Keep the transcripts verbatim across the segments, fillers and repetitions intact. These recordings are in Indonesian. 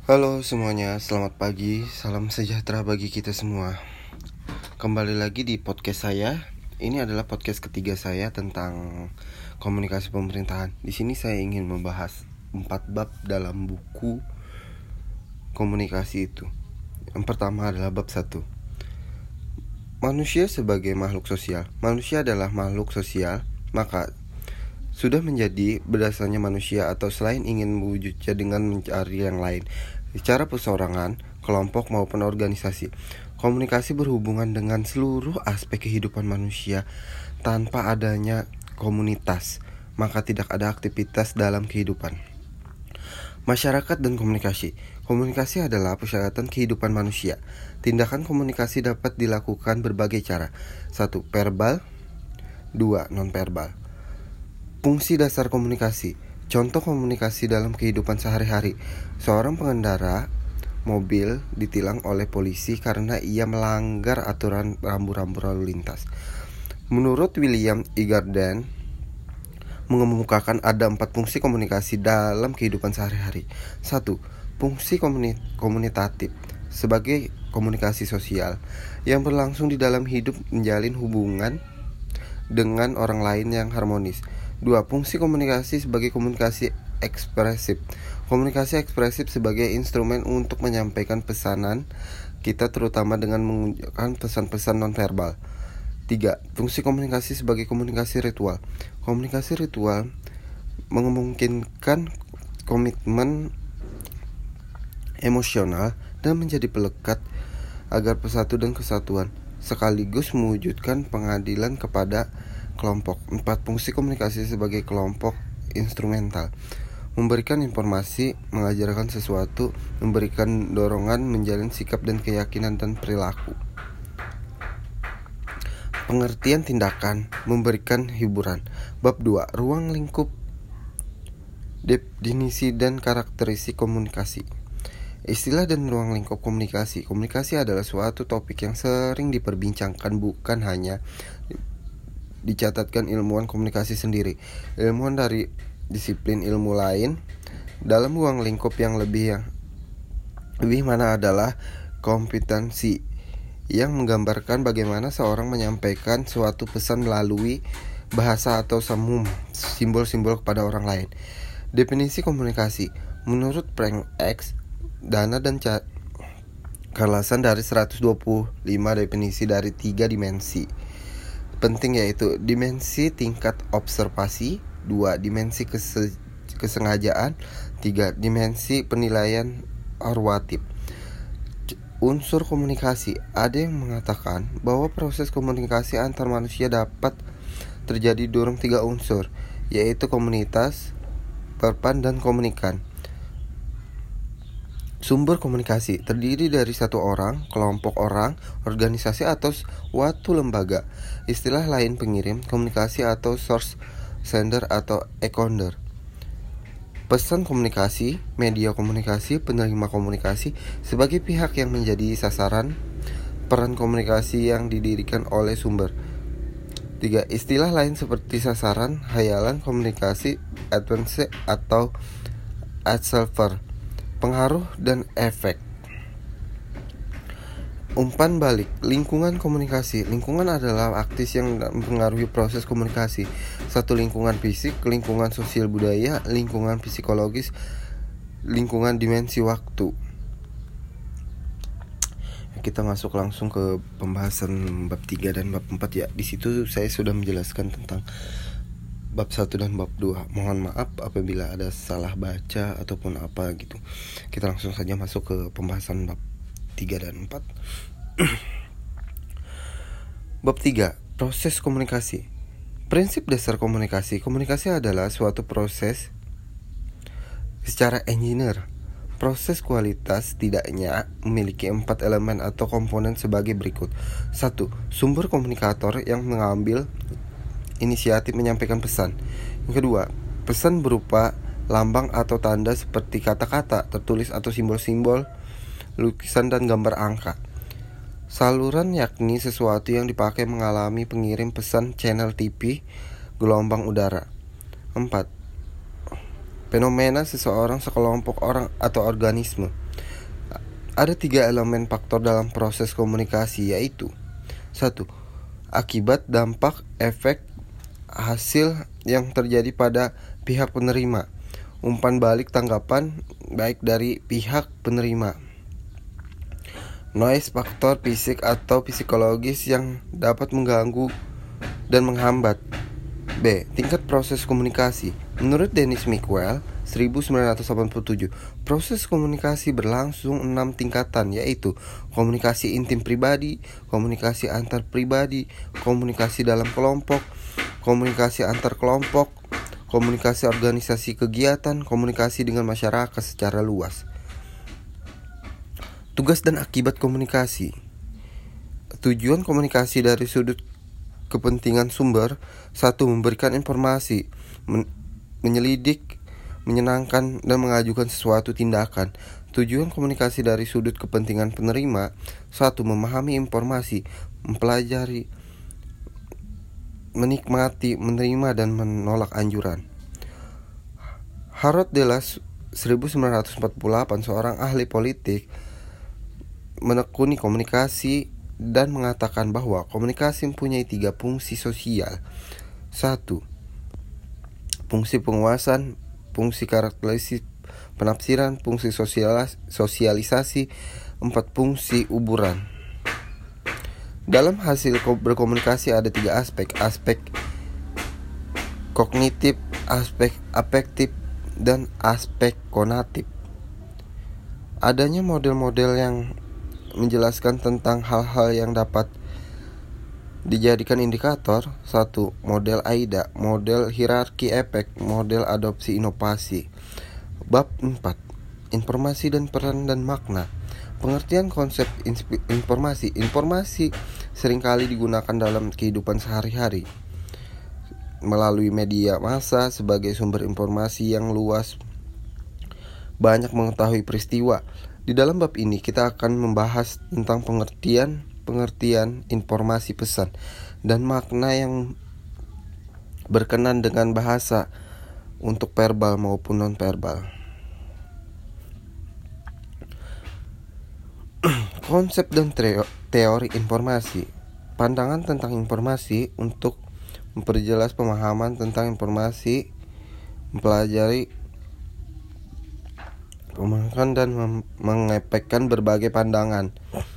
Halo semuanya, selamat pagi, salam sejahtera bagi kita semua. Kembali lagi di podcast saya. Ini adalah podcast ketiga saya tentang komunikasi pemerintahan. Di sini saya ingin membahas empat bab dalam buku komunikasi itu. Yang pertama adalah bab satu. Manusia sebagai makhluk sosial. Manusia adalah makhluk sosial, maka sudah menjadi berdasarnya manusia atau selain ingin mewujudnya dengan mencari yang lain, secara perseorangan, kelompok maupun organisasi. Komunikasi berhubungan dengan seluruh aspek kehidupan manusia. Tanpa adanya komunitas, maka tidak ada aktivitas dalam kehidupan. Masyarakat dan komunikasi. Komunikasi adalah persyaratan kehidupan manusia. Tindakan komunikasi dapat dilakukan berbagai cara. Satu, verbal. Dua, non-verbal. Fungsi dasar komunikasi. Contoh komunikasi dalam kehidupan sehari-hari. Seorang pengendara mobil ditilang oleh polisi karena ia melanggar aturan rambu-rambu lalu lintas. Menurut William E. Garden, mengemukakan ada empat fungsi komunikasi dalam kehidupan sehari-hari. Satu, fungsi komuni- komunitatif. Sebagai komunikasi sosial yang berlangsung di dalam hidup, menjalin hubungan dengan orang lain yang harmonis. Dua, fungsi komunikasi sebagai komunikasi ekspresif. Komunikasi ekspresif sebagai instrumen untuk menyampaikan pesanan kita, terutama dengan menggunakan pesan-pesan nonverbal. Tiga, fungsi komunikasi sebagai komunikasi ritual. Komunikasi ritual memungkinkan komitmen emosional dan menjadi pelekat agar persatu dan kesatuan, sekaligus mewujudkan pengadilan kepada kelompok. Empat, fungsi komunikasi sebagai kelompok instrumental. Memberikan informasi, mengajarkan sesuatu, memberikan dorongan, menjalin sikap dan keyakinan dan perilaku. Pengertian tindakan, memberikan hiburan. Bab dua, ruang lingkup, definisi dan karakteristik komunikasi. Istilah dan ruang lingkup komunikasi. Komunikasi adalah suatu topik yang sering diperbincangkan, bukan hanya dicatatkan ilmuwan komunikasi sendiri, ilmuwan dari disiplin ilmu lain. Dalam ruang lingkup yang lebih yang lebih mana adalah kompetensi yang menggambarkan bagaimana seorang menyampaikan suatu pesan melalui bahasa atau semu simbol-simbol kepada orang lain. Definisi komunikasi menurut Frank X. Dana dan Carlson dari seratus dua puluh lima definisi dari tiga dimensi penting, yaitu dimensi tingkat observasi, dua dimensi kese- kesengajaan, tiga dimensi penilaian normatif. Unsur komunikasi. Ada yang mengatakan bahwa proses komunikasi antar manusia dapat terjadi dalam tiga unsur, yaitu komunitas, perpan, dan komunikan. Sumber komunikasi terdiri dari satu orang, kelompok orang, organisasi atau suatu lembaga. Istilah lain pengirim komunikasi atau source sender atau ecounder. Pesan komunikasi, media komunikasi, penerima komunikasi sebagai pihak yang menjadi sasaran peran komunikasi yang didirikan oleh sumber. Tiga, istilah lain seperti sasaran, hayalan komunikasi, advance atau adserver. Pengaruh dan efek. Umpan balik, lingkungan komunikasi. Lingkungan adalah aktis yang mempengaruhi proses komunikasi. Satu, lingkungan fisik, lingkungan sosial budaya, lingkungan psikologis, lingkungan dimensi waktu. Kita masuk langsung ke pembahasan bab tiga dan bab empat ya. Di situ saya sudah menjelaskan tentang bab satu dan bab dua. Mohon maaf apabila ada salah baca ataupun apa gitu. Kita langsung saja masuk ke pembahasan bab tiga dan empat. Bab tiga, proses komunikasi. Prinsip dasar komunikasi. Komunikasi adalah suatu proses secara engineer. Proses kualitas tidaknya memiliki empat elemen atau komponen sebagai berikut. Satu, sumber komunikator yang mengambil inisiatif menyampaikan pesan. Yang kedua, pesan berupa lambang atau tanda seperti kata-kata tertulis atau simbol-simbol, lukisan dan gambar angka. Saluran yakni sesuatu yang dipakai mengalami pengirim pesan channel T V, gelombang udara. Empat, fenomena seseorang, sekelompok orang atau organisme. Ada tiga elemen faktor dalam proses komunikasi, yaitu satu. Akibat, dampak, efek, hasil yang terjadi pada pihak penerima. Umpan balik tanggapan baik dari pihak penerima. Noise, faktor fisik atau psikologis yang dapat mengganggu dan menghambat. B. Tingkat proses komunikasi. Menurut Dennis Mickwell seribu sembilan ratus delapan puluh tujuh, proses komunikasi berlangsung enam tingkatan, yaitu komunikasi intim pribadi, komunikasi antar pribadi, komunikasi dalam kelompok, komunikasi antar kelompok, komunikasi organisasi kegiatan, komunikasi dengan masyarakat secara luas. Tugas dan akibat komunikasi. Tujuan komunikasi dari sudut kepentingan sumber. Satu. Memberikan informasi, men- menyelidik, menyenangkan, dan mengajukan sesuatu tindakan. Tujuan komunikasi dari sudut kepentingan penerima. Satu. Memahami informasi, mempelajari, menikmati, menerima, dan menolak anjuran. Harold Dulles seribu sembilan ratus empat puluh delapan, seorang ahli politik, menekuni komunikasi dan mengatakan bahwa komunikasi mempunyai tiga fungsi sosial. Satu. Fungsi penguasaan, fungsi karakteristik penafsiran, fungsi sosialis- sosialisasi. Empat. Fungsi uburan. Dalam hasil berkomunikasi ada tiga aspek. Aspek kognitif, aspek afektif, dan aspek konatif. Adanya model-model yang menjelaskan tentang hal-hal yang dapat dijadikan indikator. Satu. Model AIDA, model hierarki efek, model adopsi inovasi. Bab empat. Informasi dan peran dan makna. Pengertian konsep insp- informasi. Informasi seringkali digunakan dalam kehidupan sehari-hari melalui media massa sebagai sumber informasi yang luas, banyak mengetahui peristiwa. Di dalam bab ini kita akan membahas tentang pengertian pengertian informasi, pesan, dan makna yang berkenan dengan bahasa untuk verbal maupun non-verbal. Konsep dan teori informasi. Pandangan tentang informasi untuk memperjelas pemahaman tentang informasi, mempelajari, memakan dan mem- mengepekkan berbagai pandangan.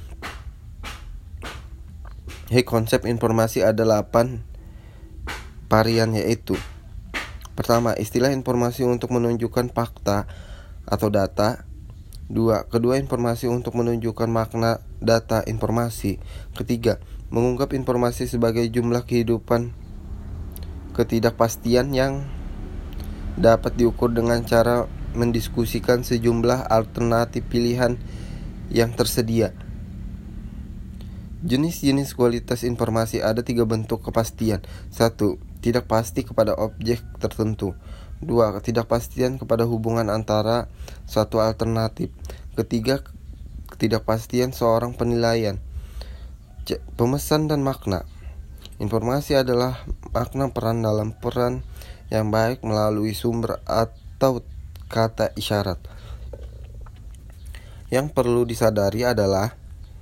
Hey, konsep informasi ada delapan varian, yaitu pertama, istilah informasi untuk menunjukkan fakta atau data. Dua, kedua, informasi untuk menunjukkan makna data informasi. Ketiga, mengungkap informasi sebagai jumlah kehidupan ketidakpastian yang dapat diukur dengan cara mendiskusikan sejumlah alternatif pilihan yang tersedia. Jenis-jenis kualitas informasi ada tiga bentuk kepastian. Satu, tidak pasti kepada objek tertentu. Dua, ketidakpastian kepada hubungan antara suatu alternatif. Ketiga, ketidakpastian seorang penilaian. C- pemesan dan makna. Informasi adalah makna peran dalam peran yang baik melalui sumber atau kata isyarat. Yang perlu disadari adalah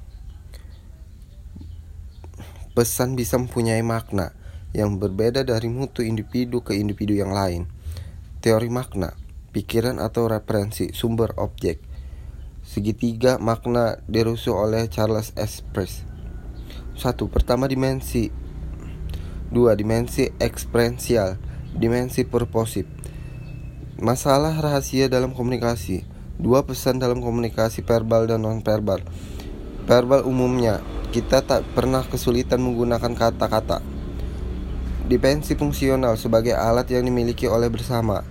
pesan bisa mempunyai makna yang berbeda dari mutu individu ke individu yang lain. Teori makna, pikiran atau referensi, sumber objek. Segitiga makna dirusuh oleh Charles S. Price. Satu, pertama dimensi. Dua, dimensi ekspresial. Dimensi purposif. Masalah rahasia dalam komunikasi. Dua, pesan dalam komunikasi verbal dan non-verbal. Verbal umumnya, kita tak pernah kesulitan menggunakan kata-kata. Dimensi fungsional sebagai alat yang dimiliki oleh bersama.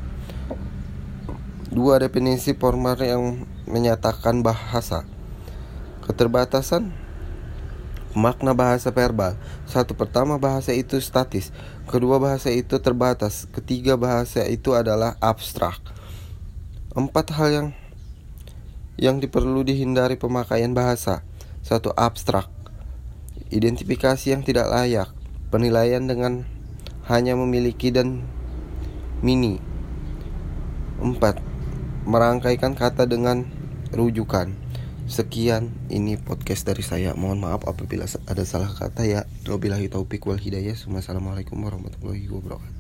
Dua, definisi formal yang menyatakan bahasa. Keterbatasan makna bahasa verbal. Satu, pertama, bahasa itu statis. Kedua, bahasa itu terbatas. Ketiga, bahasa itu adalah abstrak. Empat hal yang yang diperlu dihindari pemakaian bahasa. Satu, abstrak. Identifikasi yang tidak layak. Penilaian dengan hanya memiliki dan mini. Empat, merangkaikan kata dengan rujukan. Sekian, ini podcast dari saya. Mohon maaf apabila ada salah kata ya. Wabillahi taufik wal hidayah. Wassalamualaikum warahmatullahi wabarakatuh.